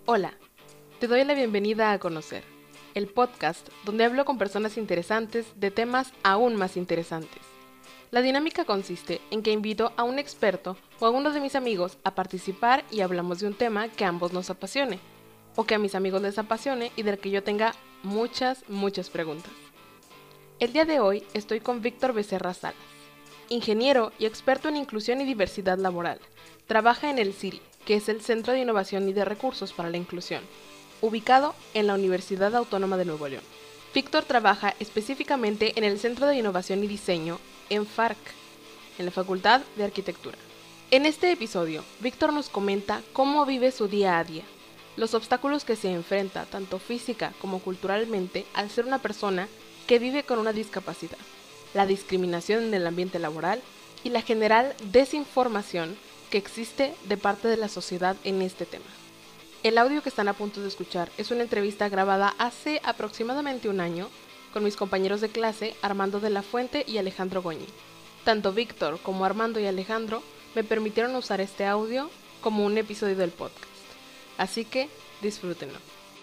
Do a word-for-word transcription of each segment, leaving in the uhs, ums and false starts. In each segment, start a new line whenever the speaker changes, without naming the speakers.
Hola, te doy la bienvenida a Conocer, el podcast donde hablo con personas interesantes de temas aún más interesantes. La dinámica consiste en que invito a un experto o a uno de mis amigos a participar y hablamos de un tema que a ambos nos apasione, o que a mis amigos les apasione y del que yo tenga muchas, muchas preguntas. El día de hoy estoy con Víctor Becerra Salas, ingeniero y experto en inclusión y diversidad laboral. Trabaja en el C I R I, que es el Centro de Innovación y de Recursos para la Inclusión, ubicado en la Universidad Autónoma de Nuevo León. Víctor trabaja específicamente en el Centro de Innovación y Diseño en F A R C, en la Facultad de Arquitectura. En este episodio, Víctor nos comenta cómo vive su día a día, los obstáculos que se enfrenta tanto física como culturalmente al ser una persona que vive con una discapacidad, la discriminación en el ambiente laboral y la general desinformación que existe de parte de la sociedad en este tema. El audio que están a punto de escuchar es una entrevista grabada hace aproximadamente un año con mis compañeros de clase Armando de la Fuente y Alejandro Goñi. Tanto Víctor como Armando y Alejandro me permitieron usar este audio como un episodio del podcast. Así que disfrútenlo.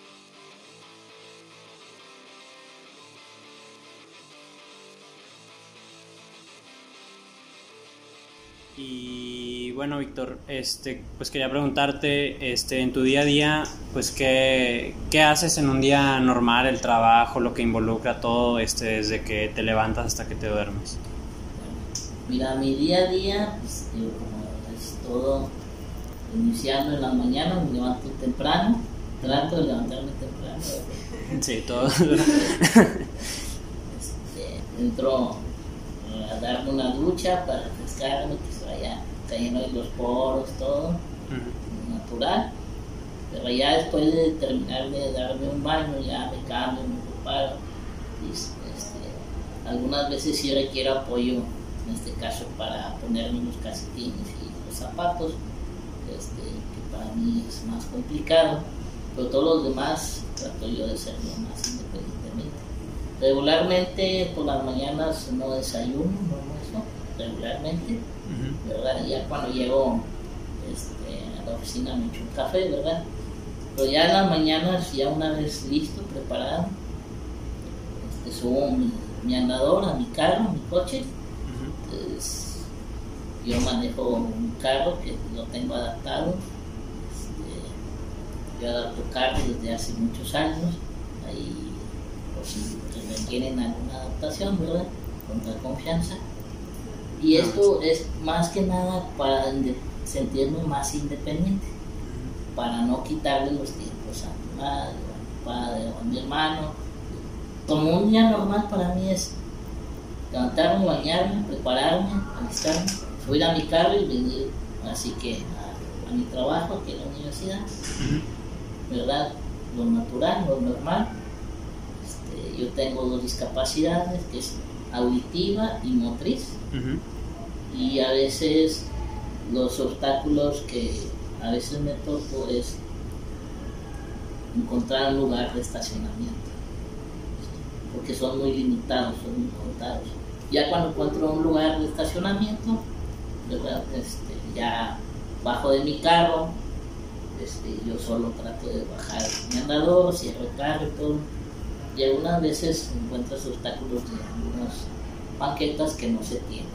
Y bueno, Víctor, este, pues quería preguntarte, este, en tu día a día, pues qué, qué haces en un día normal, el trabajo, lo que involucra todo, este, desde que te levantas hasta que te duermes.
Mira, mi día a día, pues digo, como es todo, iniciando en la mañana, me levanto temprano, trato de levantarme temprano.
Sí, todo.
este, entro a darme una ducha para refrescarme, que se vaya cayendo ahí los poros, todo, uh-huh. natural. Pero ya después de terminar de darme un baño, ya me cambio, me preparo. Y, este, algunas veces sí requiero apoyo, en este caso para ponerme los calcetines y los zapatos, este, que para mí es más complicado, pero todos los demás trato yo de ser lo más independientemente. Regularmente por las mañanas no desayuno, no eso, regularmente, uh-huh. ¿verdad? Ya cuando llego este, a la oficina me echo un café, ¿verdad? Pero ya en las mañanas, ya una vez listo, preparado, este, subo mi, mi andador a mi carro, mi coche. Uh-huh. Entonces, yo manejo un carro que lo tengo adaptado. Este, yo adapto carros desde hace muchos años. Ahí, por si requieren alguna adaptación, ¿verdad? Con la confianza. Y esto es más que nada para sentirme más independiente, para no quitarle los tiempos a mi madre, a mi padre o a mi hermano. Como un día normal para mí es levantarme, bañarme, prepararme, alistarme, subir a mi carro y venir así que a, a mi trabajo, que es la universidad, ¿verdad? Lo natural, lo normal. Este, yo tengo dos discapacidades, que es auditiva y motriz, uh-huh. y a veces los obstáculos que a veces me topo es encontrar un lugar de estacionamiento, porque son muy limitados, son muy contados. Ya cuando encuentro un lugar de estacionamiento, ¿verdad? Este, ya bajo de mi carro, este, yo solo trato de bajar mi andador, cierro el carro y todo. Y algunas veces encuentras obstáculos de algunas banquetas que no se tiene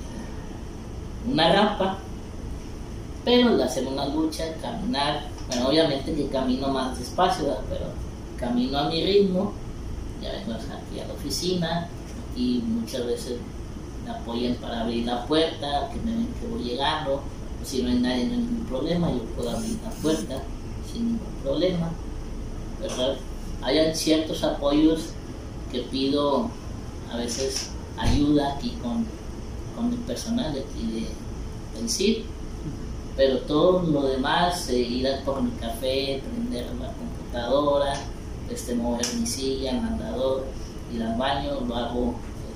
una rampa, pero al hacer una lucha, caminar, bueno, obviamente que camino más despacio, ¿verdad? Pero camino a mi ritmo, ya vengo aquí a la oficina, y muchas veces me apoyan para abrir la puerta, que me ven que voy llegando, o si no hay nadie, no hay ningún problema, yo puedo abrir la puerta sin ningún problema, ¿verdad? Hay ciertos apoyos que pido, a veces ayuda aquí con, con el personal de aquí de, del C I R I, pero todo lo demás, eh, ir a por mi café, prender la computadora, este, mover mi silla, el andador, ir al baño, lo hago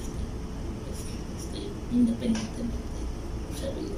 este, este, independientemente por servidor,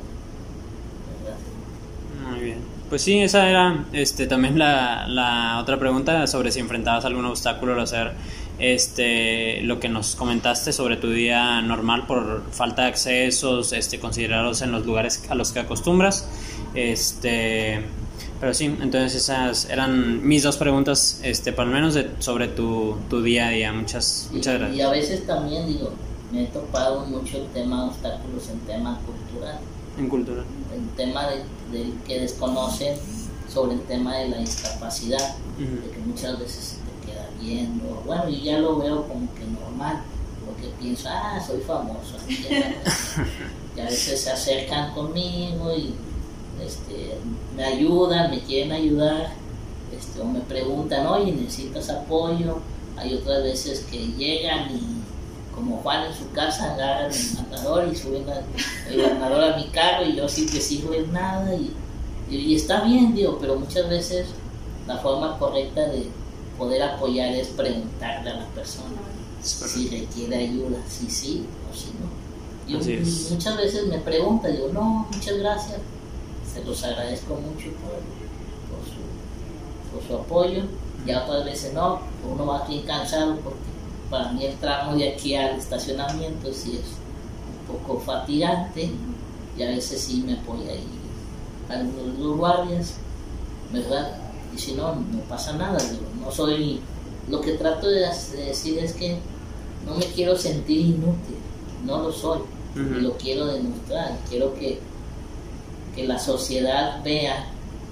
¿verdad?
Muy bien. Pues sí, esa era este, también la, la otra pregunta sobre si enfrentabas algún obstáculo al hacer este, lo que nos comentaste sobre tu día normal por falta de accesos este, considerados en los lugares a los que acostumbras. Este, Pero sí, entonces esas eran mis dos preguntas, este, por lo menos de, sobre tu, tu día a día. Muchas, muchas
y,
gracias.
Y a veces también, digo, me he topado mucho el tema de obstáculos en tema cultural.
En cultura.
El tema de, de que desconocen sobre el tema de la discapacidad, uh-huh. de que muchas veces se te queda viendo. Bueno, y ya lo veo como que normal, porque pienso, ah, soy famoso. Y a veces se acercan conmigo y este, me ayudan, me quieren ayudar, este, o me preguntan, oye, ¿necesitas apoyo? Hay otras veces que llegan y, como Juan en su casa, agarran el andador y suben a, el andador a mi carro y yo sin decirles nada. Y, y, y está bien, digo, pero muchas veces la forma correcta de poder apoyar es preguntarle a la persona si requiere ayuda, si sí o si no. Y, y muchas veces me preguntan, digo, no, muchas gracias. Se los agradezco mucho por, por, su, por su apoyo. Y otras veces no, uno va aquí cansado porque para mí el tramo de aquí al estacionamiento sí es un poco fatigante y a veces sí me apoya ahí algunos de los guardias, ¿verdad? Y si no, no pasa nada. Digo, no soy, lo que trato de decir es que no me quiero sentir inútil, no lo soy, uh-huh. y lo quiero demostrar, quiero que que la sociedad vea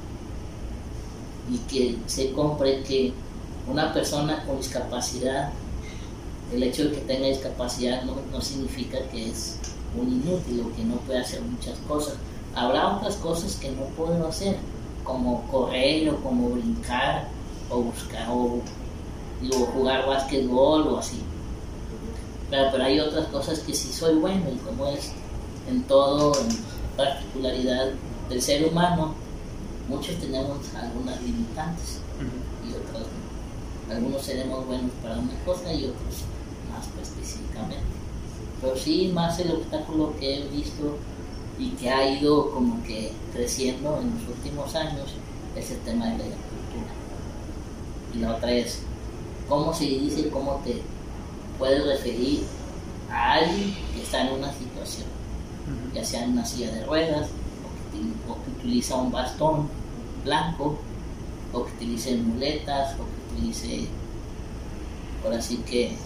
y que se compre que una persona con discapacidad, el hecho de que tenga discapacidad no, no significa que es un inútil o que no puede hacer muchas cosas. Habrá otras cosas que no puedo hacer, como correr o como brincar o buscar o, o jugar básquetbol o así. Pero, pero hay otras cosas que sí soy bueno, y como es en todo, en particularidad del ser humano, muchos tenemos algunas limitantes, uh-huh. y otras no. Algunos seremos buenos para una cosa y otros más específicamente. Pero sí, más el obstáculo que he visto y que ha ido como que creciendo en los últimos años es el tema de la cultura. Y la otra es cómo se dice, cómo te puedes referir a alguien que está en una situación, ya sea en una silla de ruedas, o que, o que utiliza un bastón blanco, o que utilice muletas, o que utilice, por así que,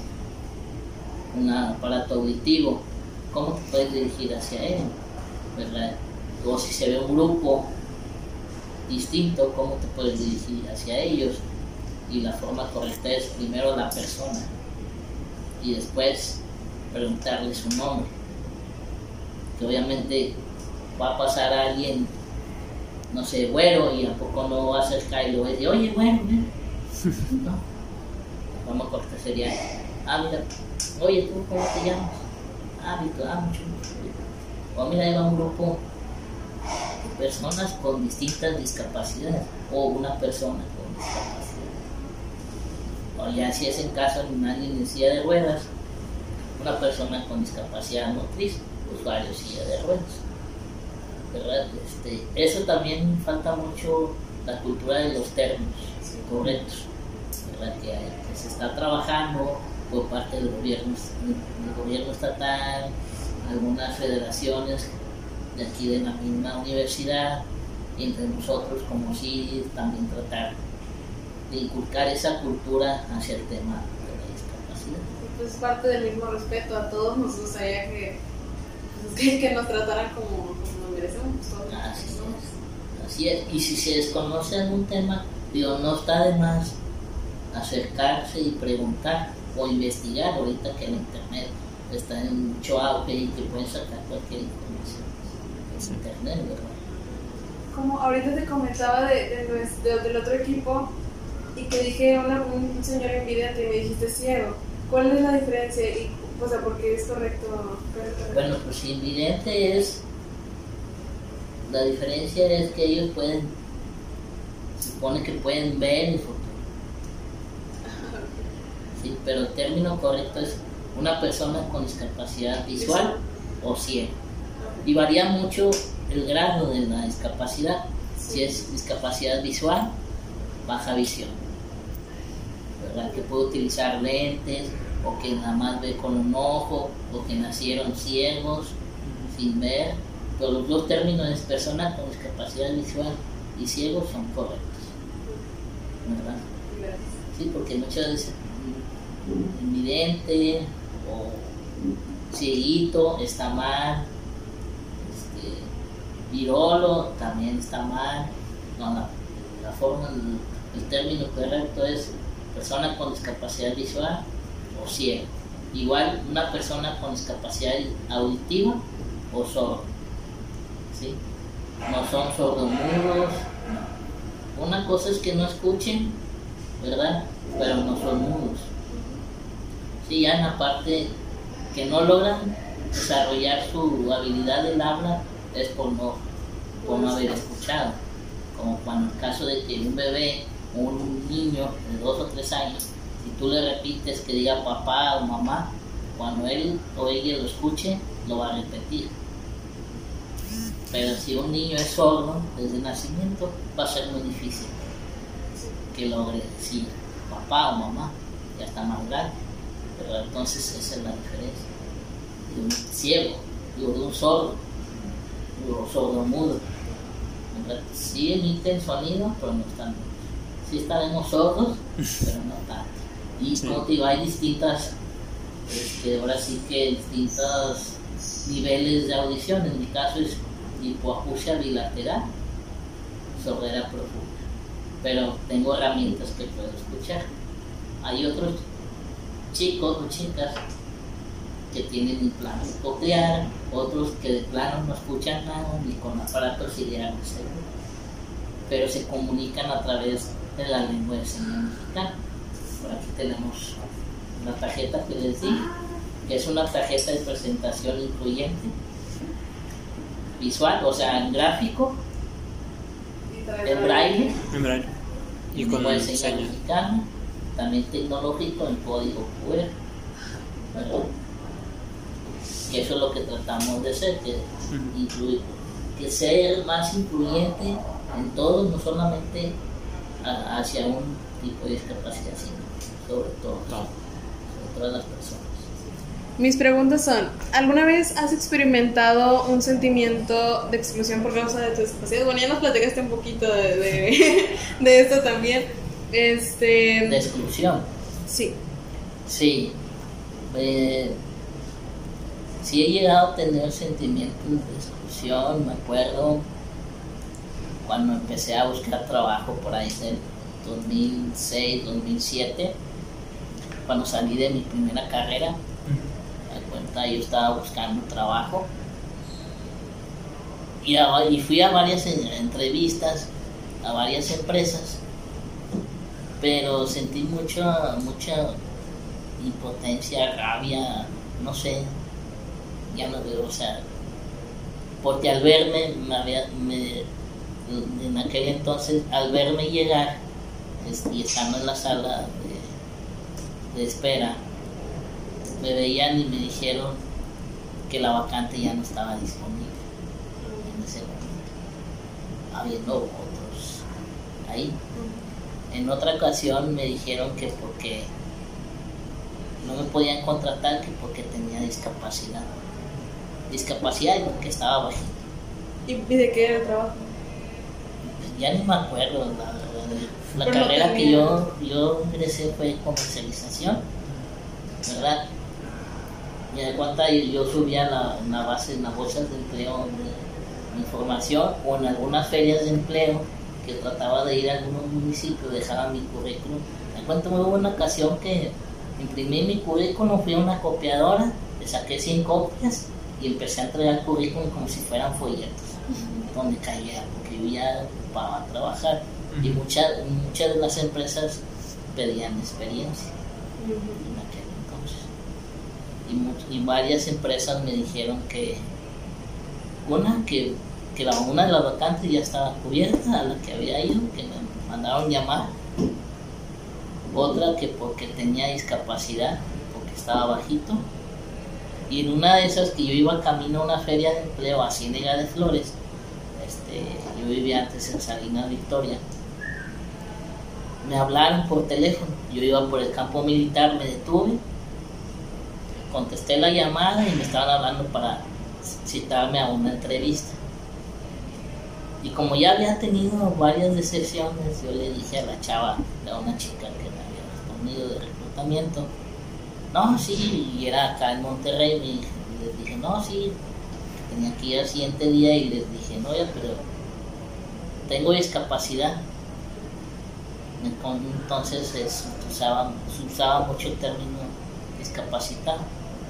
un aparato auditivo. ¿Cómo te puedes dirigir hacia él? ¿Verdad? O si se ve un grupo distinto, ¿cómo te puedes dirigir hacia ellos? Y la forma correcta es primero la persona y después preguntarle su nombre. Que obviamente va a pasar a alguien, no sé, güero, y a poco no va a acercar y lo va a decir, oye, güero, ¿eh? No, la forma corta sería, ah, mira, oye, ¿tú cómo te llamas? Ah, Víctor, ah, mucho gusto. O mira, ahí va un grupo de personas con distintas discapacidades, o una persona con discapacidad. O ya si es en caso de alguien en silla de ruedas, una persona con discapacidad motriz, usuario silla de ruedas, ¿verdad? Este, eso también falta mucho, la cultura de los términos correctos, ¿verdad? Que, que se está trabajando por parte del gobierno, del gobierno estatal, algunas federaciones de aquí de la misma universidad, y entre nosotros como sí también tratar de inculcar esa cultura hacia el tema de la discapacidad.
Pues parte del mismo respeto a todos, nos gustaría que Que, que nos trataran como, como nos merecemos. Pues,
así es, así es. Y si se desconoce algún tema, digo, no está de más acercarse y preguntar o investigar. Ahorita que el internet está en mucho auge y que pueden sacar cualquier información en internet, ¿verdad?
Como ahorita te comentaba de, de, de, del otro equipo y que dije una, un señor invidente y me dijiste ciego. ¿Cuál es la diferencia? Y, o sea, porque es correcto.
Bueno, pues invidente es, la diferencia es que ellos pueden, se supone que pueden ver el futuro. Sí, pero el término correcto es una persona con discapacidad visual o ciego. Y varía mucho el grado de la discapacidad. Si es discapacidad visual, baja visión, ¿verdad? Que puede utilizar lentes, o que nada más ve con un ojo, o que nacieron ciegos, sin ver. Pero los dos términos es persona con discapacidad visual y ciegos son correctos, ¿verdad? Sí, porque muchas veces invidente o cieguito está mal, este, virolo también está mal. No, la, la forma, el, el término correcto es persona con discapacidad visual o ciego. Igual una persona con discapacidad auditiva o sordo, ¿sí? No son sordomudos. No. Una cosa es que no escuchen, ¿verdad? Pero no son mudos. Sí, ya en la parte que no logran desarrollar su habilidad del habla es por no, por no haber escuchado. Como cuando el caso de que un bebé o un niño de dos o tres años, si tú le repites que diga papá o mamá, cuando él o ella lo escuche, lo va a repetir. Pero si un niño es sordo desde nacimiento, va a ser muy difícil que logre decir papá o mamá, ya está más grande. Pero entonces esa es la diferencia de un ciego, digo, de un sordo, digo, sordomudo. Sí emiten sonido, pero no están mudos. Sí estaremos sordos, pero no tanto. Y sí, como te digo, hay distintas, este, ahora sí que distintos niveles de audición. En mi caso es hipoacusia bilateral, sordera profunda, pero tengo herramientas que puedo escuchar. Hay otros chicos o chicas que tienen implante coclear, otros que de plano no escuchan nada ni con aparatos ideales, pero se comunican a través de la lengua de señas mexicana. Por aquí tenemos una tarjeta que les di, que es una tarjeta de presentación incluyente, visual, o sea, en gráfico, en braille,
en braille. Y con
lengua de señas mexicana, también tecnológico en código cu erre, ¿verdad? Que eso es lo que tratamos de hacer, que, uh-huh. incluir, que sea más incluyente en todos, no solamente a, hacia un tipo de discapacidad, sino sobre todo, no. sobre todas las personas.
Mis preguntas son, ¿alguna vez has experimentado un sentimiento de exclusión por causa de tu discapacidad? Bueno, ya nos platicaste un poquito de, de, de esto también. Este...
¿De exclusión?
Sí.
Sí. Eh, sí he llegado a tener sentimientos de exclusión. Me acuerdo cuando empecé a buscar trabajo por ahí del dos mil seis, dos mil siete, cuando salí de mi primera carrera. Me cuenta, yo estaba buscando trabajo y, a, y fui a varias entrevistas a varias empresas, pero sentí mucha mucha impotencia, rabia, no sé, ya no veo, o sea, porque al verme, me había, me, en aquel entonces, al verme llegar y estando en la sala de, de espera, me veían y me dijeron que la vacante ya no estaba disponible en ese momento, habiendo otros ahí. En otra ocasión me dijeron que porque no me podían contratar, que porque tenía discapacidad. Discapacidad y porque estaba bajito.
¿Y de qué era el trabajo?
Ya ni me acuerdo, la, la carrera no que yo, yo ingresé fue comercialización, ¿verdad? Y de cuenta yo subía la, en la base, en las bolsas de empleo de información, o en algunas ferias de empleo que trataba de ir a algunos municipios, dejaba mi currículum. Me cuenta, hubo una ocasión que imprimí mi currículum, fui a una copiadora, le saqué cien copias y empecé a entregar currículum como si fueran folletos, uh-huh. donde caía, porque yo ya ocupaba trabajar, uh-huh. y muchas, muchas de las empresas pedían experiencia, uh-huh. en aquel entonces. Y, y varias empresas me dijeron que una, que, que la, una de las vacantes ya estaba cubierta, a la que había ido, que me mandaron llamar. Otra que porque tenía discapacidad, porque estaba bajito. Y en una de esas, que yo iba camino a una feria de empleo a Ciénega de Flores, este, yo vivía antes en Salinas Victoria, me hablaron por teléfono. Yo iba por el campo militar, me detuve, contesté la llamada y me estaban hablando para citarme a una entrevista. Y como ya había tenido varias decepciones, yo le dije a la chava, a una chica que me había respondido de reclutamiento, no, sí, y era acá en Monterrey, y les dije, no, sí, tenía que ir al siguiente día y les dije, no, ya, pero tengo discapacidad. Entonces es, se, usaba, se usaba mucho el término discapacitado.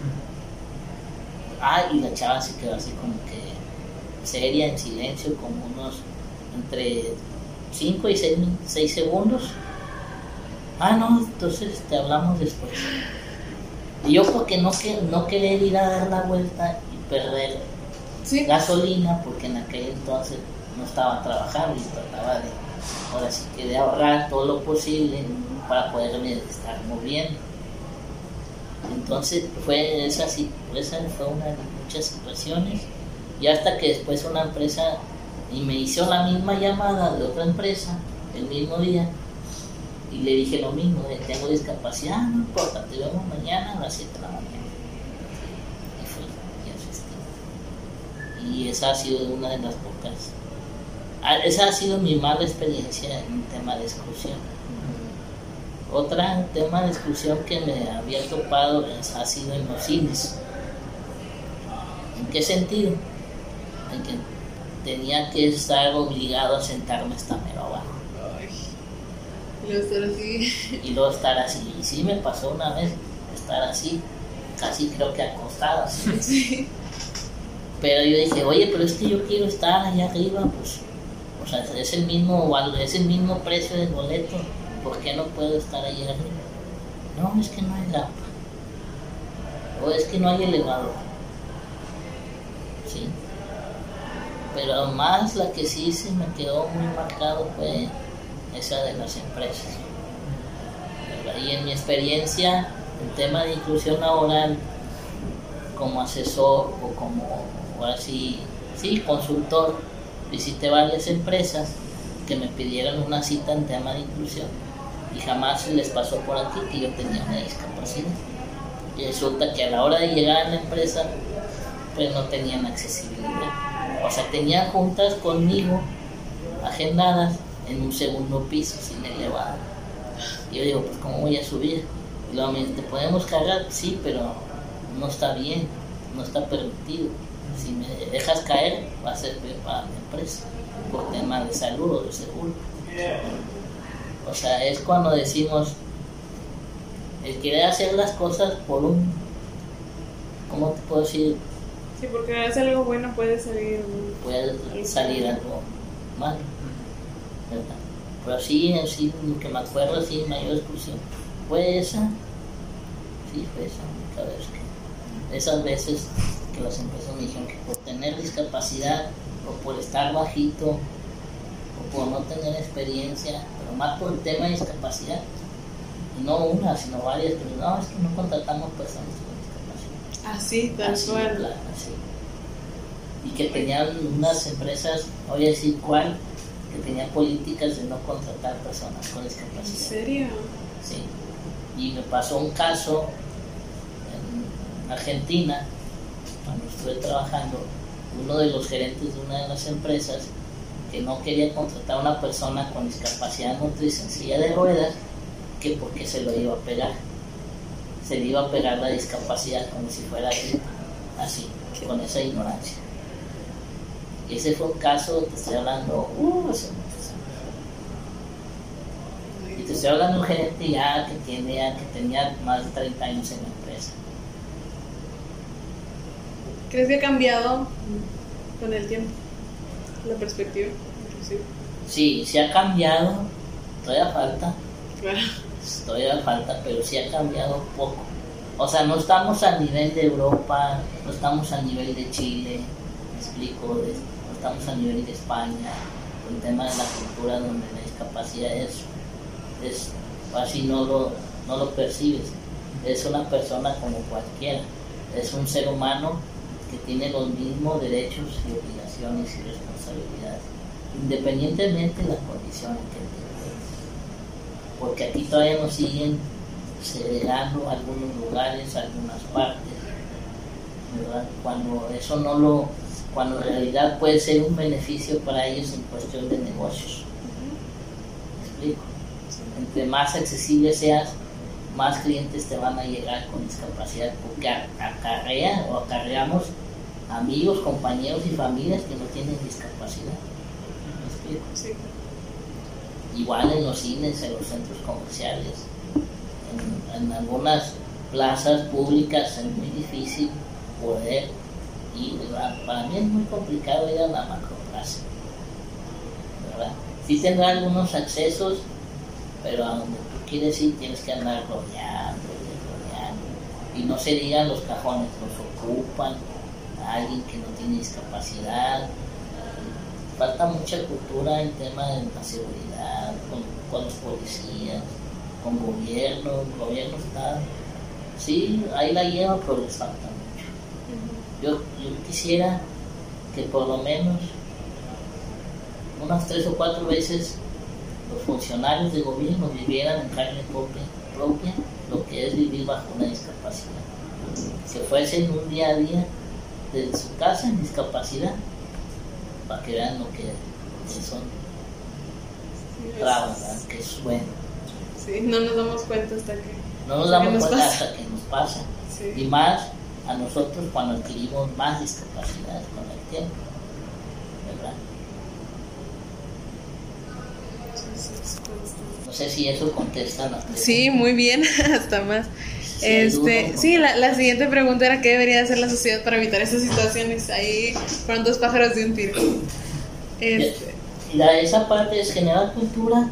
Ah, y la chava se quedó así como que seria, en silencio, como unos entre cinco y seis segundos. Ah, no, entonces te hablamos después. Y yo porque no, que, no querer ir a dar la vuelta y perder ¿Sí? gasolina, porque en aquel entonces no estaba trabajando y trataba de, ahora sí que de ahorrar todo lo posible para poderme estar moviendo. Entonces fue esa, esa fue una de muchas situaciones, y hasta que después una empresa y me hizo la misma llamada de otra empresa el mismo día y le dije lo mismo, de tengo discapacidad, no importa, te vemos mañana a las siete de la mañana. Y fui y asistí. Y esa ha sido una de las pocas, esa ha sido mi mala experiencia en un tema de exclusión. Otra tema de exclusión que me había topado ha sido en los cines. ¿En qué sentido? En que tenía que estar obligado a sentarme hasta mero abajo.
Y luego estar así.
Y luego estar así. Y sí me pasó una vez estar así, casi creo que acostado así. Sí. Pero yo dije, oye, pero es que yo quiero estar allá arriba, pues, o sea, es el mismo, es el mismo precio del boleto. ¿Por qué no puedo estar allá arriba? No, es que no hay rampa. O es que no hay elevador. Sí. Pero más la que sí se me quedó muy marcado fue esa de las empresas. ¿Verdad? Y en mi experiencia, el tema de inclusión laboral, como asesor o como, o así, sí, consultor, visité varias empresas que me pidieron una cita en tema de inclusión. Y jamás se les pasó por aquí que yo tenía una discapacidad. Y resulta que a la hora de llegar a la empresa, pues no tenían accesibilidad. O sea, tenían juntas conmigo, agendadas, en un segundo piso, sin elevador. Y yo digo, pues ¿cómo voy a subir? Y luego me dice, ¿te podemos cargar? Sí, pero no está bien, no está permitido. Si me dejas caer, va a ser peor para mi empresa, por tema de salud o de seguro. O sea, es cuando decimos, el querer hacer las cosas por un, ¿cómo te puedo decir?
Sí, porque hacer algo bueno puede salir
puede salir algo malo, ¿verdad? Pero sí, sí, lo que me acuerdo, sí, mayor exclusión fue esa, sí, fue esa única vez que, esas veces que las empresas me dijeron que por tener discapacidad o por estar bajito o por no tener experiencia, pero más por el tema de discapacidad, y no una, sino varias, pero no, es que no contratamos personas con discapacidad.
Así, tal
así,
cual.
Claro, así. Y que tenían unas empresas, no voy a decir cuál, que tenían políticas de no contratar personas con discapacidad.
¿En serio?
Sí. Y me pasó un caso en Argentina, cuando estuve trabajando, uno de los gerentes de una de las empresas que no quería contratar a una persona con discapacidad motriz en silla de ruedas, que porque se lo iba a pegar. Se le iba a pegar la discapacidad como si fuera gripe, así, con esa ignorancia. Y ese fue un caso, te estoy hablando, uh, hace muchos años. Y te estoy hablando de un gerente ya que, tiene, ya que tenía más de treinta años en la empresa.
¿Crees que ha cambiado con el tiempo la perspectiva? Inclusive?
Sí, sí ha cambiado, todavía falta.
Claro.
Todavía falta, pero sí ha cambiado poco. O sea, no estamos a nivel de Europa, no estamos a nivel de Chile, me explico, de, no estamos a nivel de España, el tema de la cultura donde la discapacidad es, es así no lo, no lo percibes, es una persona como cualquiera, es un ser humano que tiene los mismos derechos y obligaciones y responsabilidades, independientemente de la condición en que tiene. Porque aquí todavía nos siguen segregando algunos lugares, algunas partes, ¿verdad? Cuando eso no lo, cuando en realidad puede ser un beneficio para ellos en cuestión de negocios. ¿Me explico? Entre más accesible seas, más clientes te van a llegar con discapacidad, porque acarrea o acarreamos amigos, compañeros y familias que no tienen discapacidad. ¿Me explico?
Sí.
Igual en los cines, en los centros comerciales, en, en algunas plazas públicas es muy difícil poder ir, ¿verdad? Para mí es muy complicado ir a la macroplaza, ¿verdad? Sí tendrá algunos accesos, pero a donde tú quieres ir tienes que andar rodeando, rodeando, y no se digan los cajones, los ocupan a alguien que no tiene discapacidad. Falta mucha cultura en tema de la seguridad, con, con los policías, con gobierno. El gobierno está, sí, ahí la lleva, pero les falta mucho. Yo, yo quisiera que por lo menos unas tres o cuatro veces los funcionarios de gobierno vivieran en carne propia, propia lo que es vivir bajo una discapacidad. Que fuesen un día a día de su casa en discapacidad, para que vean lo que, que son trabas, ¿verdad? Que es bueno.
Sí, no nos damos cuenta hasta que
no nos damos
nos
cuenta
pasa.
hasta que nos pasa.
Sí.
Y más a nosotros cuando adquirimos más discapacidades con el tiempo, ¿verdad? No sé si eso contesta la pregunta.
Sí, muy bien, hasta más.
Sí,
Este,
dudo,
sí, la, la siguiente pregunta era qué debería hacer la sociedad para evitar estas situaciones. Ahí fueron dos pájaros de un tiro. Este,
La, esa parte es generar cultura.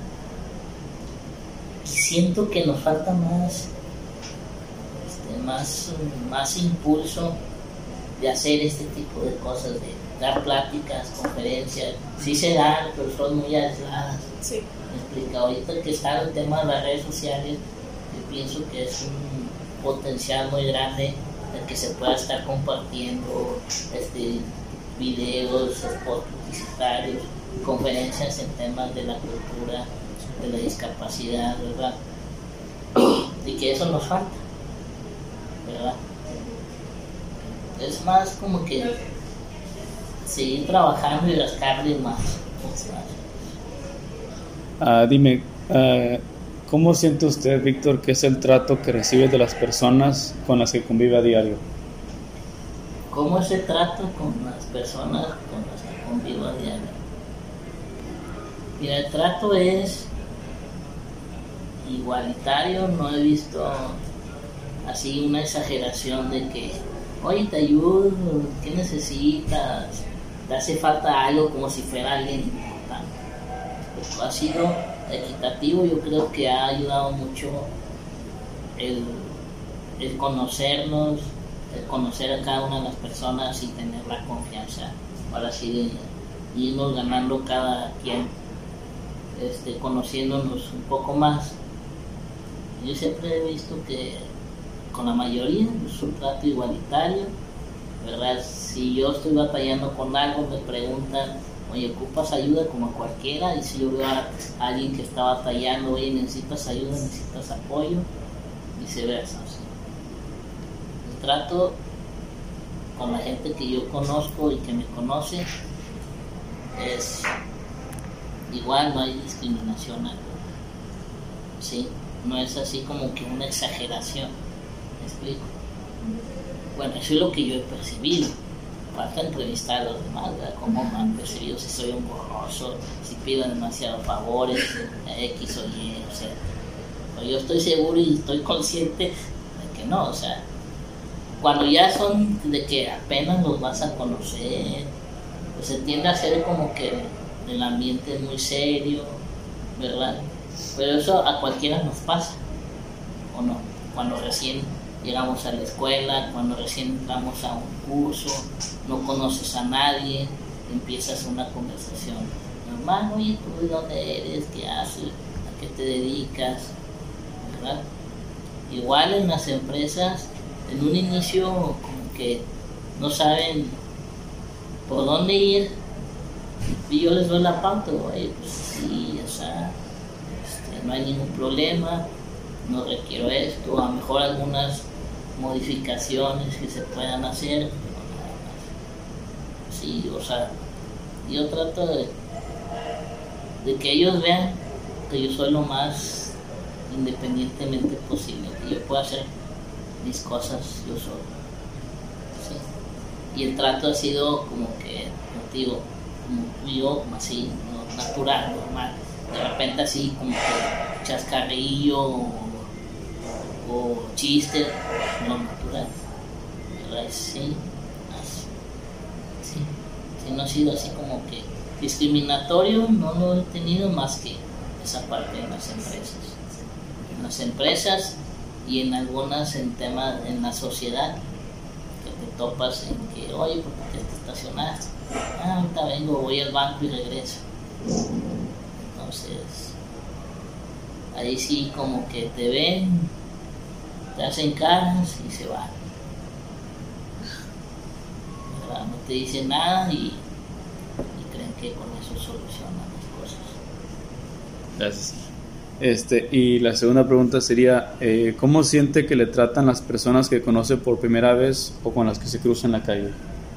Siento que nos falta más, este, más, más impulso de hacer este tipo de cosas, de dar pláticas, conferencias. Sí se dan, pero son muy aisladas.
sí.
Me explica, ahorita que está el tema de las redes sociales, yo pienso que es un potencial muy grande el que se pueda estar compartiendo este, videos, spots publicitarios, conferencias en temas de la cultura, de la discapacidad, ¿verdad? Y que eso nos falta, ¿verdad? Es más como que seguir trabajando y rascarle más.
Uh, dime, uh, ¿cómo siente usted, Víctor, que es el trato que recibe de las personas con las que convive a diario?
¿Cómo es el trato con las personas con las que convivo a diario? Mira, el trato es igualitario, no he visto así una exageración de que, oye, te ayudo, ¿qué necesitas? ¿Te hace falta algo? Como si fuera alguien importante. Pues ha sido equitativo, yo creo que ha ayudado mucho el, el conocernos, el conocer a cada una de las personas y tener la confianza para así de irnos ganando cada quien, este, conociéndonos un poco más. Yo siempre he visto que con la mayoría es un trato igualitario, ¿verdad? Si yo estoy batallando con algo, me preguntan, oye, ¿ocupas ayuda? Como cualquiera. Y si yo veo a alguien que está batallando, oye, ¿necesitas ayuda? ¿Necesitas apoyo? Viceversa. ¿Sí? El trato con la gente que yo conozco y que me conoce es igual, no hay discriminación, ¿sí? No es así como que una exageración, ¿me explico? Bueno, eso es lo que yo he percibido. Falta entrevistar a los demás, ¿verdad? Cómo me han percibido, si soy un borroso, si pido demasiados favores, X o Y, o sea, pero yo estoy seguro y estoy consciente de que no, o sea, cuando ya son de que apenas los vas a conocer, pues se tiende a hacer como que el ambiente es muy serio, ¿verdad? Pero eso a cualquiera nos pasa, ¿o no? Cuando recién llegamos a la escuela, cuando recién entramos a un curso, no conoces a nadie, empiezas una conversación normal, oye, ¿tú de dónde eres? ¿Qué haces? ¿A qué te dedicas? ¿Verdad? Igual en las empresas, en un inicio como que no saben por dónde ir, y yo les doy la pauta, oye, pues sí, o sea, este, no hay ningún problema, no requiero esto, a lo mejor algunas modificaciones que se puedan hacer, pero nada más. sí, o sea, yo trato de, de que ellos vean que yo soy lo más independientemente posible, que yo pueda hacer mis cosas yo solo, ¿sí? Y el trato ha sido como que, contigo, como yo, así, ¿no? Natural, normal, de repente así como que chascarrillo o, o chiste, no natural, ¿verdad? Sí, sí, sí, no ha sido así como que discriminatorio, no lo he tenido más que esa parte en las empresas, en las empresas y en algunas en temas en la sociedad que te topas en que, oye, ¿por qué te estacionaste? Ah, ahorita vengo, voy al banco y regreso. Entonces, ahí sí como que te ven, te hacen caras y se van, ¿verdad? No te dicen nada y, y creen que con eso solucionan las cosas.
Gracias. Este, y la segunda pregunta sería, eh, ¿cómo siente que le tratan las personas que conoce por primera vez o con las que se cruza en la calle?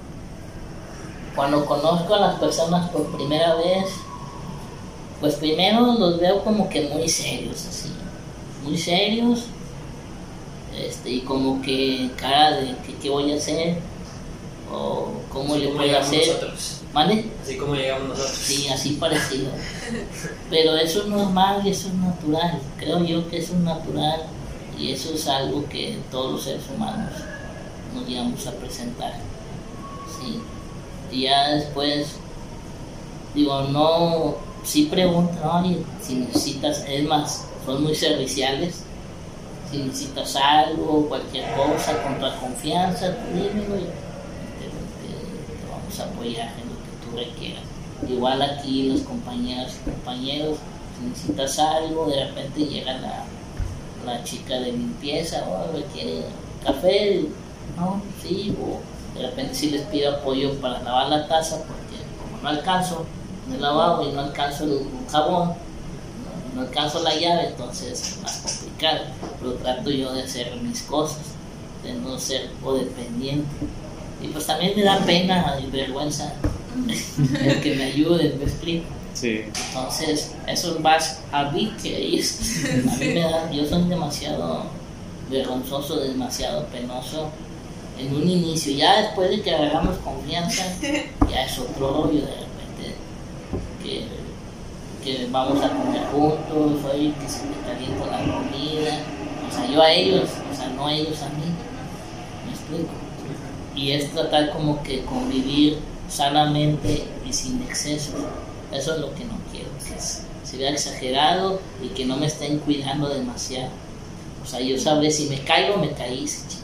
Cuando conozco a las personas por primera vez, pues primero los veo como que muy serios, así, muy serios, este, y como que cara de que qué voy a hacer o cómo
así
le
como
voy a hacer.
Nosotros.
¿Vale?
Así como llegamos nosotros.
Sí, así parecido. Pero eso es normal y eso es natural. Creo yo que eso es natural y eso es algo que todos los seres humanos nos llegamos a presentar. Sí. Y ya después, digo, no, sí preguntan, oye, si necesitas, es más, son muy serviciales. Si necesitas algo, cualquier cosa, con tu confianza, dímelo y te, te, te vamos a apoyar en lo que tú requieras. Igual aquí los compañeros y compañeros, si necesitas algo, de repente llega la, la chica de limpieza, o oh, quiere café, no, sí, o de repente si les pido apoyo para lavar la taza, porque como no alcanzo en el lavabo y no alcanzo el jabón, no, no alcanzo la llave, entonces es más complicado, pero trato yo de hacer mis cosas, de no ser codependiente. Y pues también me da pena y vergüenza el que me ayude, me explico.
Sí.
Entonces, eso es más a mí que a ellos. A mí me da, yo soy demasiado vergonzoso, demasiado penoso en un inicio. Ya después de que agarramos confianza, ya es otro rollo de repente que, que vamos a comer juntos, oye, que se me calienta la comida. O sea, yo a ellos, o sea, no ellos a mí. ¿Me explico? Y es tratar como que convivir sanamente y sin exceso. Eso es lo que no quiero, que se vea exagerado y que no me estén cuidando demasiado. O sea, yo sabré si me caigo, me caí,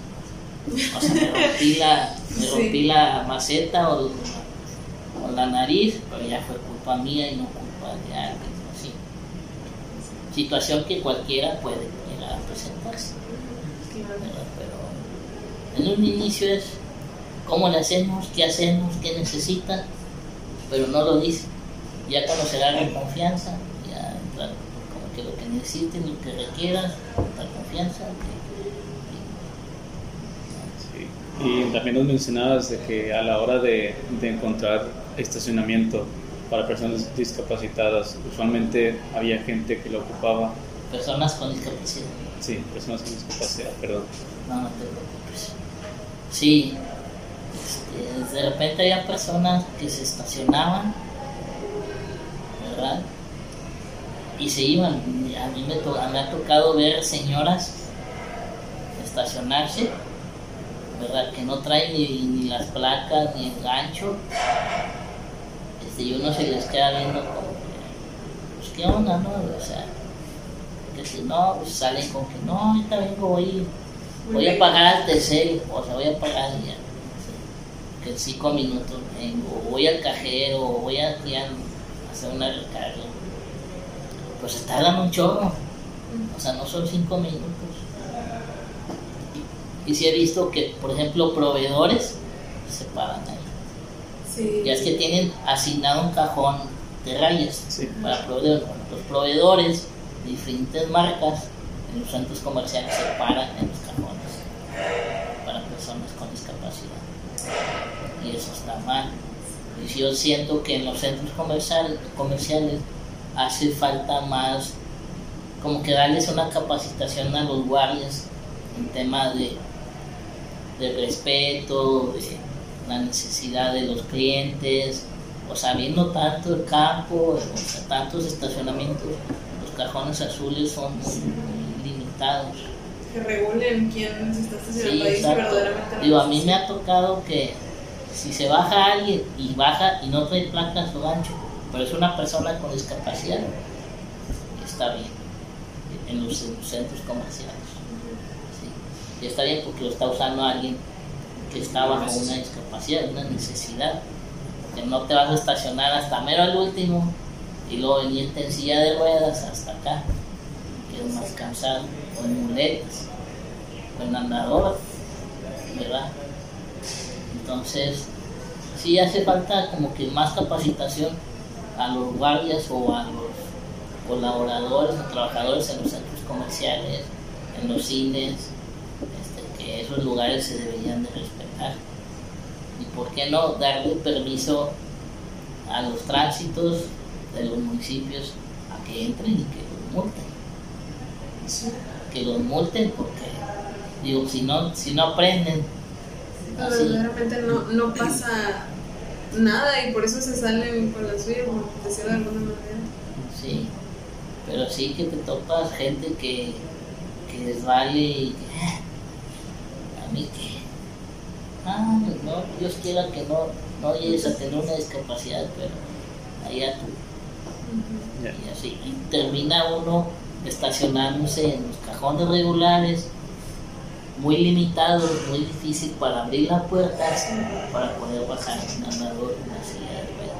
o sea, me rompí la, me rompí sí. la maceta o, o la nariz, pero ya fue culpa mía y no culpa de alguien, así. Situación que cualquiera puede llegar a presentarse. Pero en un inicio es cómo le hacemos, qué hacemos, qué necesita, pero no lo dice. Ya cuando se agarra confianza, ya claro, como que lo que necesiten, lo que requieran, la confianza.
Sí. Y también nos mencionabas de que a la hora de, de encontrar estacionamiento para personas discapacitadas, usualmente había gente que lo ocupaba.
Personas con discapacidad.
Sí, personas con discapacidad, perdón.
No, no te preocupes. Sí. De repente había personas que se estacionaban, ¿verdad? Y se iban. A mí me, to- me ha tocado ver señoras estacionarse, ¿verdad? Que no traen ni, ni las placas ni el gancho. Este, y uno se les queda viendo como que, pues, ¿qué onda, no? O sea, que si no, pues salen con que no, ahorita vengo, voy, voy a pagar al tercero, o sea, voy a pagar ya. Que en cinco minutos vengo, o voy al cajero, o voy a, a hacer una recarga. Pues se tardan un chorro, o sea, no son cinco minutos. Y sí he visto que, por ejemplo, proveedores se paran ahí. Sí. Ya es que tienen asignado un cajón de rayas sí. para proveedores. Los proveedores de diferentes marcas en los centros comerciales se paran en los cajones para personas con discapacidad. Y eso está mal. pues yo siento que en los centros comercial, comerciales hace falta más, como que darles una capacitación a los guardias en tema de, de respeto, de la necesidad de los clientes, o sea, viendo tanto el campo, o sea, tantos estacionamientos, los cajones azules son muy, muy limitados.
Que regulen quién se está estacionando
Sí,
ahí,
exacto.
verdaderamente.
Digo, a mí me ha tocado que si se baja alguien y baja y no trae placa en su gancho, pero es una persona con discapacidad, está bien en los, en los centros comerciales. Sí. Y está bien porque lo está usando alguien que está bajo una discapacidad, una necesidad. Porque no te vas a estacionar hasta mero al último y luego venirte en silla de ruedas hasta acá, que es más cansado, o en muletas, o en andador, ¿verdad? Entonces, sí hace falta como que más capacitación a los guardias o a los colaboradores o trabajadores en los centros comerciales, en los cines, este, que esos lugares se deberían de respetar. Y por qué no darle permiso a los tránsitos de los municipios a que entren y que los multen.
Sí.
Que los multen porque, digo, si no, si no aprenden, así,
Verdaderamente no, no pasa nada y por eso se salen con la suya, por decirlo de alguna manera.
sí, pero sí que te topas gente que, que les vale y que, ah, a mí que, ah, no, Dios quiera que no, no llegues a tener una discapacidad, pero allá tú.
Uh-huh.
Ya.
Y así, y termina uno estacionándose en los cajones regulares, muy limitados, muy difícil para abrir la puerta, para poder bajar un andador, una silla de ruedas,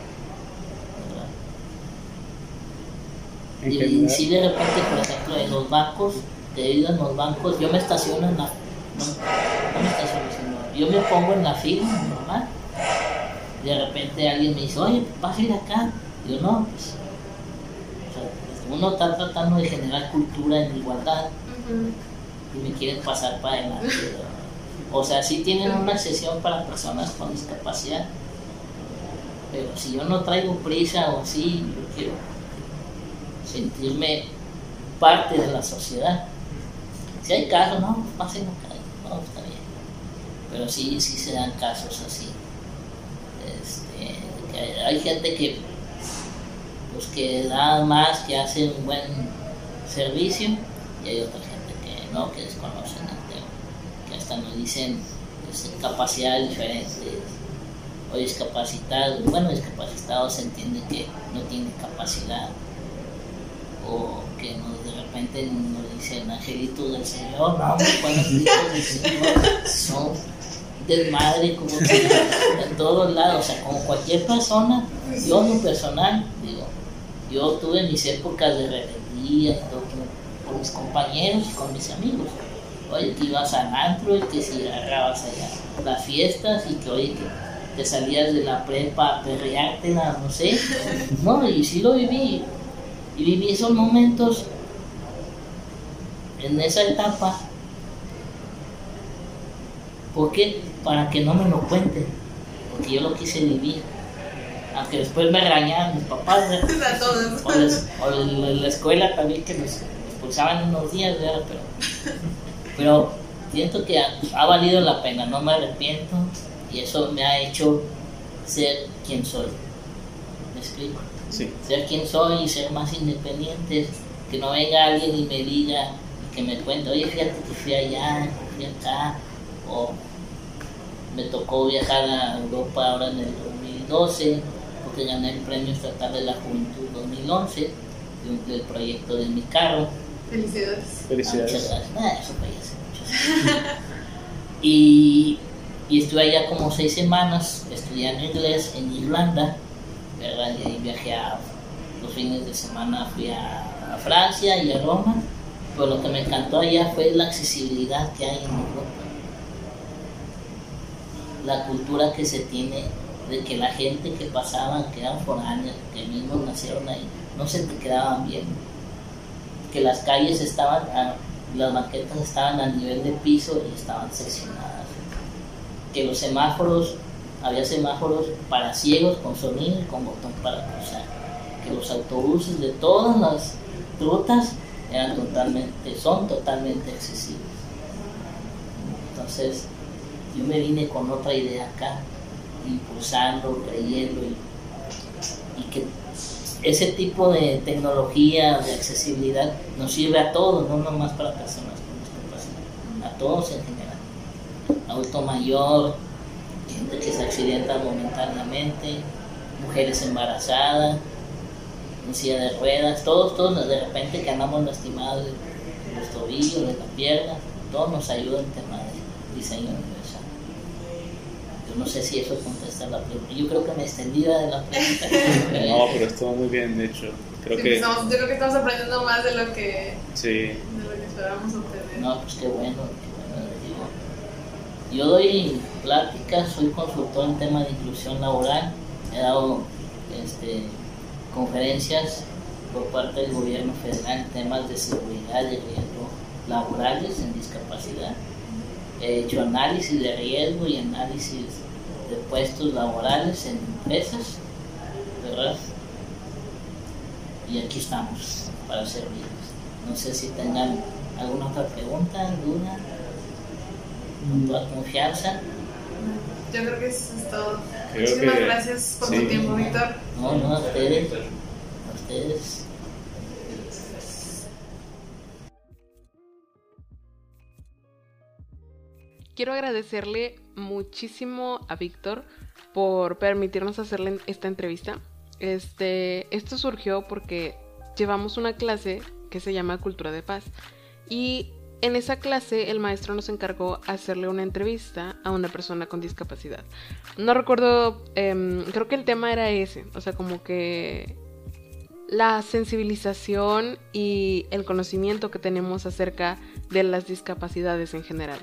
¿verdad?
En
Y, y
general,
si de repente, por ejemplo, en los bancos, debido en los bancos, yo me estaciono en la, no, no me estaciono, sino yo me pongo en la fila normal, y de repente alguien me dice, oye, vas a ir acá, y yo no, pues, o sea, uno está tratando de generar cultura en igualdad,
Uh-huh.
y me quieren pasar para adelante. O sea, sí tienen una sesión para personas con discapacidad, pero si yo no traigo prisa o así, yo quiero sentirme parte de la sociedad. Si hay casos, no, pasen acá, no, está bien. Pero sí, sí se dan casos así. Este, que hay, hay gente que, pues, que da más, que hace un buen servicio, y hay otra gente que no, que desconocen el tema, que hasta nos dicen pues, capacidades diferentes o discapacitados. Bueno, discapacitados se entiende que no tiene capacidad, o que nos, de repente nos dicen angelitos del Señor, no, buenos hijos del Señor, son desmadre como que en todos lados, o sea, como cualquier persona. Yo en lo personal, digo, yo tuve mis épocas de rebeldía y todo, con mis compañeros y con mis amigos. Oye, que ibas al antro y que si agarrabas allá las fiestas y que oye, que te salías de la prepa a perreártela, no sé. No, y sí lo viví. Y viví esos momentos en esa etapa. ¿Por qué? Para que no me lo cuenten. Porque yo lo quise vivir. Aunque después me regañaban mis papás. ¿verdad?
A todos.
O, les, o en la escuela también que nos expulsaban unos días, ¿verdad? Pero, pero siento que ha, ha valido la pena, no me arrepiento y eso me ha hecho ser quien soy. ¿Me explico?
sí.
Ser quien soy y ser más independiente, que no venga alguien y me diga y que me cuente, oye, fíjate que fui allá, que fui acá, o me tocó viajar a Europa ahora en el dos mil doce porque gané el premio estatal de la juventud dos mil once del proyecto de mi carro.
Felicidades.
Ah,
Felicidades.
muchas gracias. Ah, eso fue ya hace muchos años. y, y estuve allá como seis semanas estudiando inglés en Irlanda, ¿verdad? Y ahí viajé a los fines de semana, fui a, a Francia y a Roma, pero lo que me encantó allá fue la accesibilidad que hay en Europa, la cultura que se tiene de que la gente que pasaba, que eran foráneos, que mismos nacieron ahí, no se te quedaban bien, que las calles estaban, a, las banquetas estaban a nivel de piso y estaban seccionadas, que los semáforos había semáforos para ciegos con sonido y con botón para cruzar, que los autobuses de todas las rutas eran totalmente, son totalmente accesibles. Entonces yo me vine con otra idea acá, impulsando, creyendo y, y que ese tipo de tecnología, de accesibilidad nos sirve a todos, no nomás para personas con discapacidad, a todos en general, adulto mayor, gente que se accidenta momentáneamente, mujeres embarazadas, en silla de ruedas, todos, todos de repente que andamos lastimados de los tobillos, de la pierna, todo nos ayuda en tema de diseño universal. Yo no sé si eso contesta la pregunta, yo creo que me extendí de la pregunta.
No, pero estuvo muy bien, de hecho. Creo
sí,
que...
estamos, yo creo que estamos aprendiendo más de lo que,
sí.
de lo que esperábamos obtener.
No, pues qué bueno, qué bueno, digo. Yo doy pláticas, soy consultor en temas de inclusión laboral, he dado este, conferencias por parte del gobierno federal en temas de seguridad y riesgo laborales en discapacidad. He hecho análisis de riesgo y análisis de puestos laborales en empresas, ¿verdad? Y aquí estamos para servirles. No sé si tengan alguna otra pregunta, duda, con toda confianza.
Yo creo que eso es todo.
Creo
Muchísimas
que,
gracias por
sí.
tu tiempo, Víctor.
No, no, a ustedes, a ustedes.
Quiero agradecerle muchísimo a Víctor por permitirnos hacerle esta entrevista. Este, esto surgió porque llevamos una clase que se llama Cultura de Paz y en esa clase el maestro nos encargó hacerle una entrevista a una persona con discapacidad. No recuerdo, eh, creo que el tema era ese, o sea, como que la sensibilización y el conocimiento que tenemos acerca de las discapacidades en general.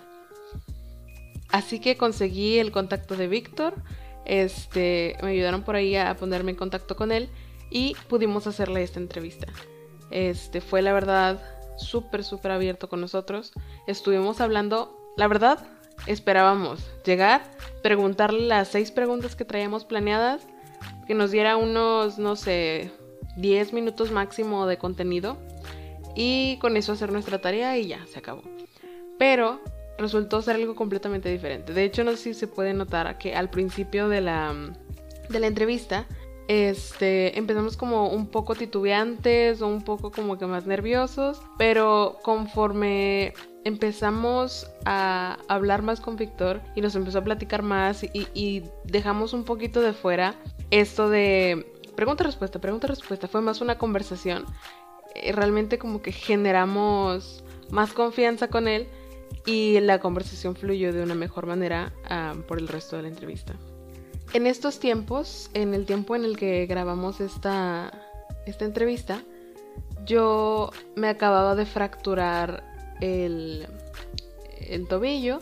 Así que conseguí el contacto de Víctor, este, me ayudaron por ahí a ponerme en contacto con él y pudimos hacerle esta entrevista. Este, fue la verdad súper, súper abierto con nosotros. Estuvimos hablando, la verdad, esperábamos llegar, preguntarle las seis preguntas que traíamos planeadas, que nos diera unos, no sé, diez minutos máximo de contenido y con eso hacer nuestra tarea y ya, se acabó. Pero resultó ser algo completamente diferente. De hecho, no sé si se puede notar que al principio de la, de la entrevista este, empezamos como un poco titubeantes o un poco como que más nerviosos, pero conforme empezamos a hablar más con Víctor y nos empezó a platicar más y, y dejamos un poquito de fuera esto de pregunta-respuesta, pregunta-respuesta, fue más una conversación, eh, realmente como que generamos más confianza con él y la conversación fluyó de una mejor manera uh, por el resto de la entrevista. En estos tiempos, en el tiempo en el que grabamos esta, esta entrevista, yo me acababa de fracturar el, el tobillo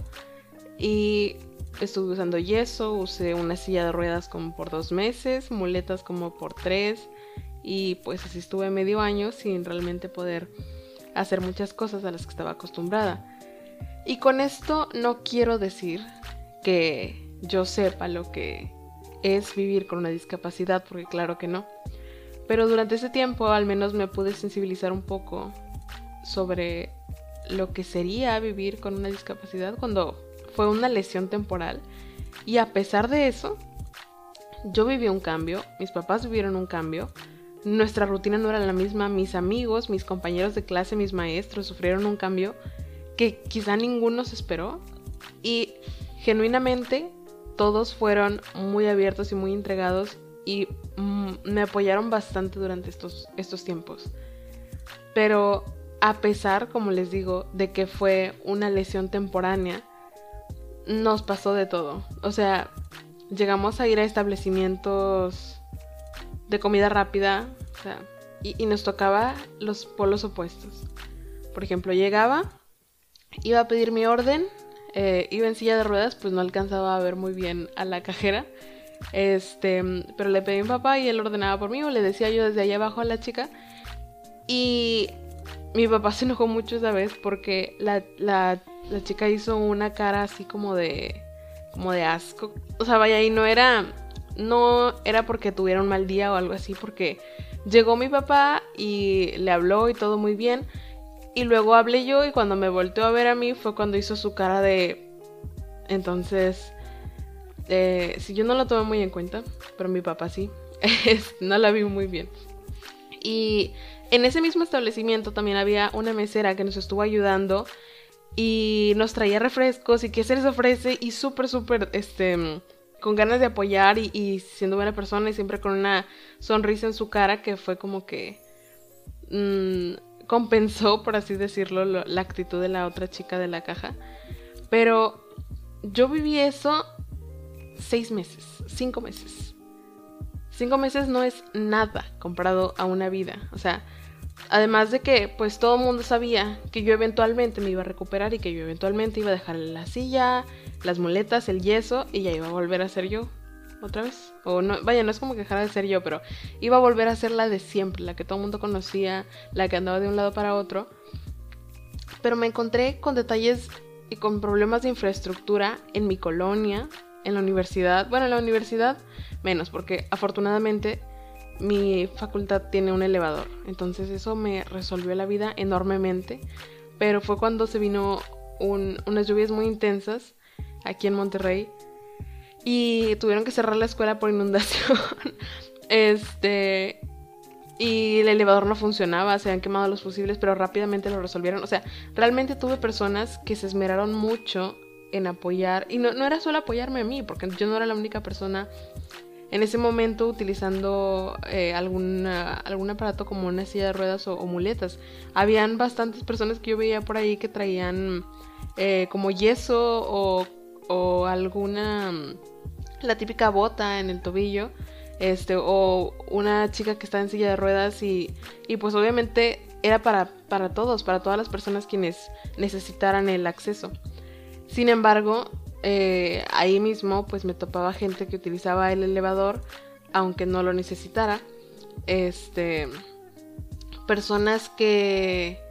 y estuve usando yeso, usé una silla de ruedas como por dos meses, muletas como por tres y pues así estuve medio año sin realmente poder hacer muchas cosas a las que estaba acostumbrada. Y con esto no quiero decir que yo sepa lo que es vivir con una discapacidad, porque claro que no. Pero durante ese tiempo al menos me pude sensibilizar un poco sobre lo que sería vivir con una discapacidad cuando fue una lesión temporal. Y a pesar de eso, yo viví un cambio, mis papás vivieron un cambio, nuestra rutina no era la misma, mis amigos, mis compañeros de clase, mis maestros sufrieron un cambio que quizá ninguno se esperó y genuinamente todos fueron muy abiertos y muy entregados y mm, me apoyaron bastante durante estos, estos tiempos. Pero a pesar, como les digo, de que fue una lesión temporánea, nos pasó de todo. O sea, llegamos a ir a establecimientos de comida rápida, o sea, y, y nos tocaba los polos opuestos. Por ejemplo, llegaba, iba a pedir mi orden, eh, iba en silla de ruedas, pues no alcanzaba a ver muy bien a la cajera, este, pero le pedí a mi papá y él ordenaba por mí, o le decía yo desde allá abajo a la chica, y mi papá se enojó mucho esa vez porque la, la, la chica hizo una cara así como de como de asco. O sea, vaya, y no era, no era porque tuviera un mal día o algo así, porque llegó mi papá y le habló y todo muy bien. Y luego hablé yo y cuando me volteó a ver a mí fue cuando hizo su cara de... Entonces, eh, sí, yo no lo tomé muy en cuenta, pero mi papá sí. No la vi muy bien. Y en ese mismo establecimiento también había una mesera que nos estuvo ayudando y nos traía refrescos y que se les ofrece y súper, súper, este, con ganas de apoyar y, y siendo buena persona y siempre con una sonrisa en su cara que fue como que mmm, compensó, por así decirlo, lo, la actitud de la otra chica de la caja. Pero yo viví eso seis meses, cinco meses. Cinco meses no es nada comparado a una vida. O sea, además de que pues todo el mundo sabía que yo eventualmente me iba a recuperar y que yo eventualmente iba a dejar la silla, las muletas, el yeso y ya iba a volver a ser yo otra vez. O no, vaya, no es como que dejara de ser yo, pero iba a volver a ser la de siempre, la que todo el mundo conocía, la que andaba de un lado para otro. Pero me encontré con detalles y con problemas de infraestructura en mi colonia, en la universidad. Bueno, en la universidad menos, porque afortunadamente mi facultad tiene un elevador. Entonces eso me resolvió la vida enormemente. Pero fue cuando se vino un, unas lluvias muy intensas aquí en Monterrey y tuvieron que cerrar la escuela por inundación. Este... Y el elevador no funcionaba, se habían quemado los fusibles, pero rápidamente lo resolvieron. O sea, realmente tuve personas que se esmeraron mucho en apoyar. Y no, no era solo apoyarme a mí, porque yo no era la única persona en ese momento utilizando eh, alguna, algún aparato como una silla de ruedas o, o muletas. Habían bastantes personas que yo veía por ahí que traían eh, como yeso o, o alguna... la típica bota en el tobillo. Este, o una chica que está en silla de ruedas y, y pues obviamente era para, para todos, para todas las personas quienes necesitaran el acceso. Sin embargo, eh, ahí mismo pues me topaba gente que utilizaba el elevador aunque no lo necesitara. Este, personas que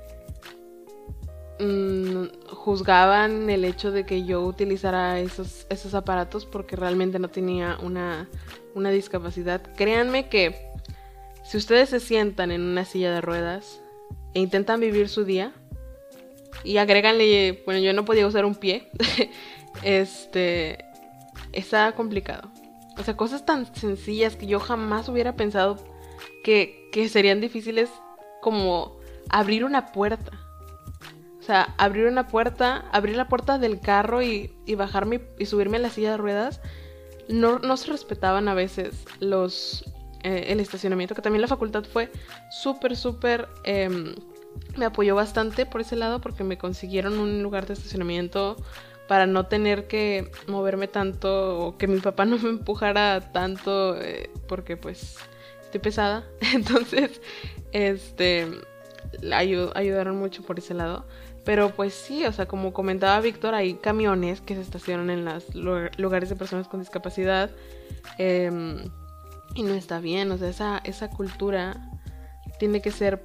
mmm, juzgaban el hecho de que yo utilizara esos, esos aparatos porque realmente no tenía una... una discapacidad. Créanme que si ustedes se sientan en una silla de ruedas e intentan vivir su día y agréganle, bueno, yo no podía usar un pie, este, está complicado. O sea, cosas tan sencillas que yo jamás hubiera pensado que, que serían difíciles, como abrir una puerta. O sea, abrir una puerta, abrir la puerta del carro y, y bajarme y subirme a la silla de ruedas. No, no se respetaban a veces los eh, el estacionamiento, que también la facultad fue súper, súper... Eh, me apoyó bastante por ese lado porque me consiguieron un lugar de estacionamiento para no tener que moverme tanto o que mi papá no me empujara tanto eh, porque pues estoy pesada. Entonces, este, ayud- ayudaron mucho por ese lado. Pero pues sí, o sea, como comentaba Víctor, hay camiones que se estacionan en los lugares de personas con discapacidad eh, y no está bien. O sea, esa, esa cultura tiene que ser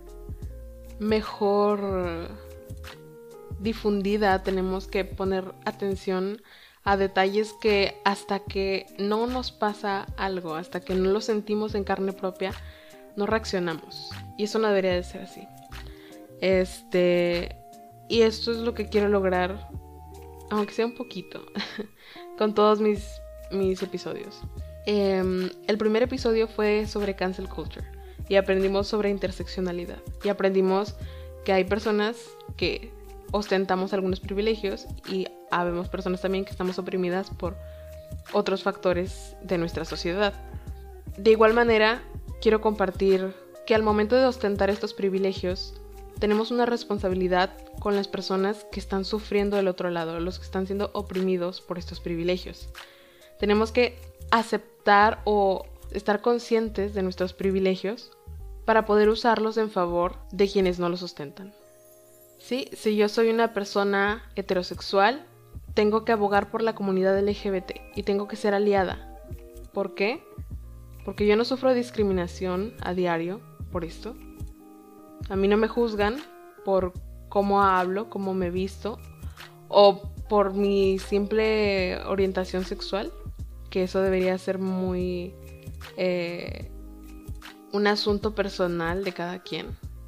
mejor difundida. Tenemos que poner atención a detalles que hasta que no nos pasa algo, hasta que no lo sentimos en carne propia, no reaccionamos. Y eso no debería de ser así. Este... Y esto es lo que quiero lograr, aunque sea un poquito, con todos mis, mis episodios. Eh, el primer episodio fue sobre cancel culture y aprendimos sobre interseccionalidad. Y aprendimos que hay personas que ostentamos algunos privilegios y habemos personas también que estamos oprimidas por otros factores de nuestra sociedad. De igual manera, quiero compartir que al momento de ostentar estos privilegios, tenemos una responsabilidad con las personas que están sufriendo del otro lado, los que están siendo oprimidos por estos privilegios. Tenemos que aceptar o estar conscientes de nuestros privilegios para poder usarlos en favor de quienes no los ostentan. Sí, si yo soy una persona heterosexual, tengo que abogar por la comunidad L G B T y tengo que ser aliada. ¿Por qué? Porque yo no sufro discriminación a diario por esto. A mí no me juzgan por cómo hablo, cómo me visto, o por mi simple orientación sexual, que eso debería ser muy eh, un asunto personal de cada quien.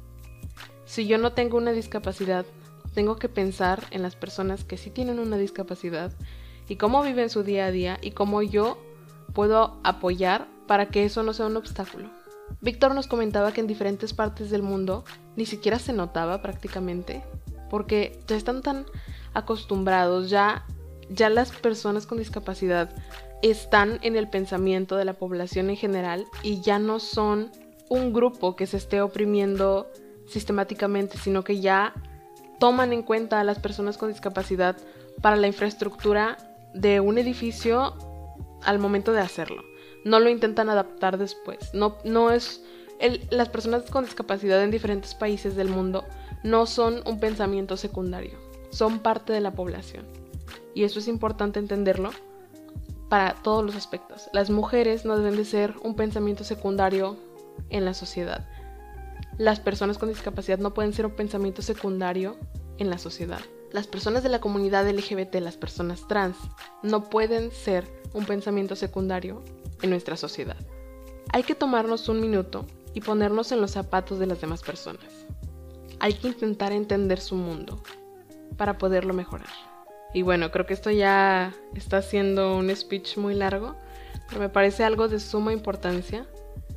Si yo no tengo una discapacidad, tengo que pensar en las personas que sí tienen una discapacidad y cómo viven su día a día y cómo yo puedo apoyar para que eso no sea un obstáculo. Víctor nos comentaba que en diferentes partes del mundo ni siquiera se notaba prácticamente, porque ya están tan acostumbrados, ya, ya las personas con discapacidad están en el pensamiento de la población en general y ya no son un grupo que se esté oprimiendo sistemáticamente, sino que ya toman en cuenta a las personas con discapacidad para la infraestructura de un edificio al momento de hacerlo. No lo intentan adaptar después. No, no es el, las personas con discapacidad en diferentes países del mundo no son un pensamiento secundario, son parte de la población. Y eso es importante entenderlo para todos los aspectos. Las mujeres no deben de ser un pensamiento secundario en la sociedad. Las personas con discapacidad no pueden ser un pensamiento secundario en la sociedad. Las personas de la comunidad L G B T, las personas trans, no pueden ser un pensamiento secundario en nuestra sociedad. Hay que tomarnos un minuto y ponernos en los zapatos de las demás personas. Hay que intentar entender su mundo para poderlo mejorar. Y bueno, creo que esto ya está siendo un speech muy largo, pero me parece algo de suma importancia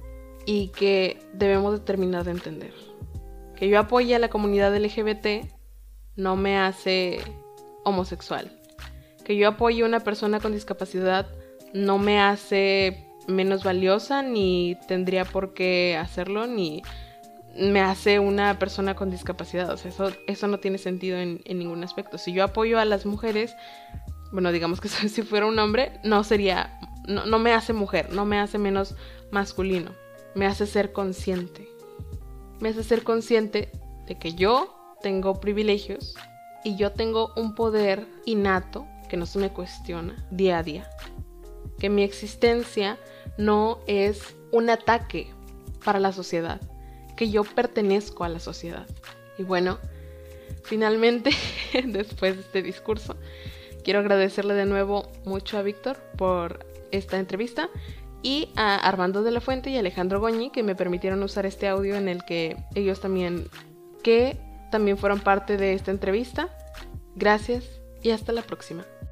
y que debemos de terminar de entender. Que yo apoye a la comunidad L G B T no me hace homosexual. Que yo apoye a una persona con discapacidad no me hace menos valiosa, ni tendría por qué hacerlo, ni me hace una persona con discapacidad. O sea, eso, eso no tiene sentido en, en ningún aspecto. Si yo apoyo a las mujeres, bueno, digamos que si fuera un hombre, no sería, no, no me hace mujer, no me hace menos masculino. Me hace ser consciente. Me hace ser consciente de que yo tengo privilegios y yo tengo un poder innato que no se me cuestiona día a día. Que mi existencia no es un ataque para la sociedad, que yo pertenezco a la sociedad. Y bueno, finalmente, después de este discurso, quiero agradecerle de nuevo mucho a Víctor por esta entrevista y a Armando de la Fuente y Alejandro Goñi, que me permitieron usar este audio en el que ellos también, que también fueron parte de esta entrevista. Gracias y hasta la próxima.